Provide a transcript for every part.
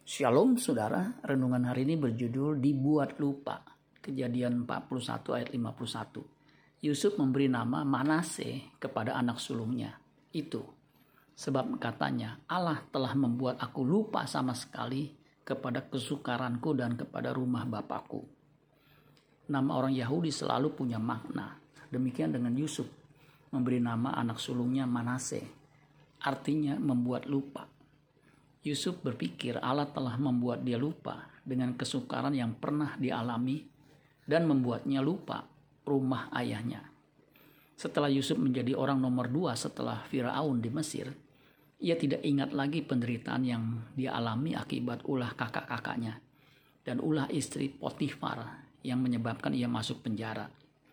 Shalom saudara, renungan hari ini berjudul Dibuat Lupa. Kejadian 41 ayat 51. Yusuf memberi nama Manase kepada anak sulungnya. Itu sebab katanya, Allah telah membuat aku lupa sama sekali kepada kesukaranku dan kepada rumah bapakku. Nama orang Yahudi selalu punya makna. Demikian dengan Yusuf, memberi nama anak sulungnya Manase. Artinya membuat lupa. Yusuf berpikir Allah telah membuat dia lupa dengan kesukaran yang pernah dialami dan membuatnya lupa rumah ayahnya. Setelah Yusuf menjadi orang nomor 2 setelah Firaun di Mesir, ia tidak ingat lagi penderitaan yang dia alami akibat ulah kakak-kakaknya dan ulah istri Potifar yang menyebabkan ia masuk penjara.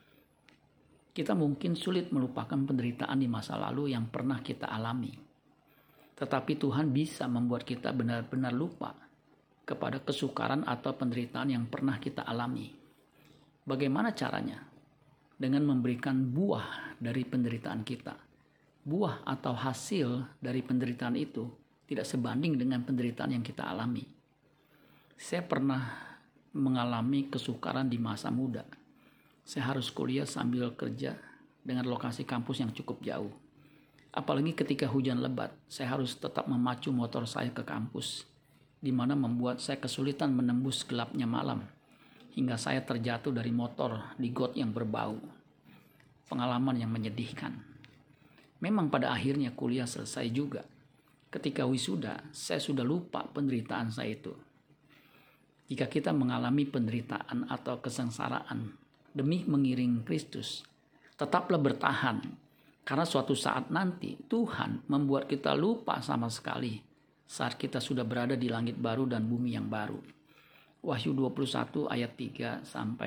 Kita mungkin sulit melupakan penderitaan di masa lalu yang pernah kita alami. Tetapi Tuhan bisa membuat kita benar-benar lupa kepada kesukaran atau penderitaan yang pernah kita alami. Bagaimana caranya? Dengan memberikan buah dari penderitaan kita. Buah atau hasil dari penderitaan itu tidak sebanding dengan penderitaan yang kita alami. Saya pernah mengalami kesukaran di masa muda. Saya harus kuliah sambil kerja dengan lokasi kampus yang cukup jauh. Apalagi ketika hujan lebat, saya harus tetap memacu motor saya ke kampus, di mana membuat saya kesulitan menembus gelapnya malam, hingga saya terjatuh dari motor di got yang berbau. Pengalaman yang menyedihkan. Memang pada akhirnya kuliah selesai juga. Ketika wisuda, saya sudah lupa penderitaan saya itu. Jika kita mengalami penderitaan atau kesengsaraan demi mengiring Kristus, tetaplah bertahan. Karena suatu saat nanti Tuhan membuat kita lupa sama sekali saat kita sudah berada di langit baru dan bumi yang baru. Wahyu 21 ayat 3-7.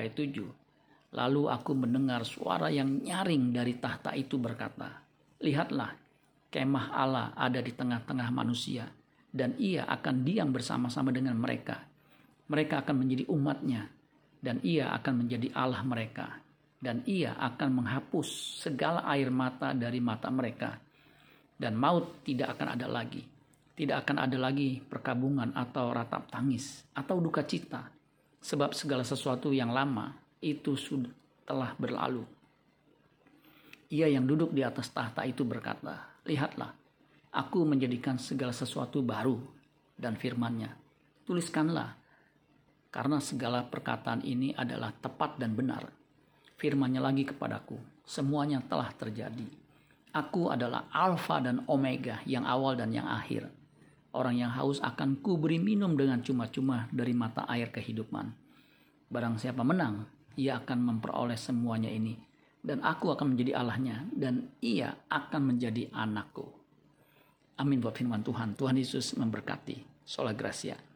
Lalu aku mendengar suara yang nyaring dari tahta itu berkata, lihatlah, kemah Allah ada di tengah-tengah manusia dan ia akan diam bersama-sama dengan mereka. Mereka akan menjadi umatnya dan ia akan menjadi Allah mereka. Dan ia akan menghapus segala air mata dari mata mereka. Dan maut tidak akan ada lagi. Tidak akan ada lagi perkabungan atau ratap tangis atau duka cita. Sebab segala sesuatu yang lama itu sudah telah berlalu. Ia yang duduk di atas tahta itu berkata, lihatlah, aku menjadikan segala sesuatu baru. Dan firman-Nya, tuliskanlah, karena segala perkataan ini adalah tepat dan benar. Firman-Nya lagi kepadaku, semuanya telah terjadi. Aku adalah Alfa dan Omega, yang awal dan yang akhir. Orang yang haus akan kuberi minum dengan cuma-cuma dari mata air kehidupan. Barang siapa menang, ia akan memperoleh semuanya ini. Dan aku akan menjadi Allahnya, dan ia akan menjadi anakku. Amin buat firman Tuhan. Tuhan Yesus memberkati. Sola Gracia.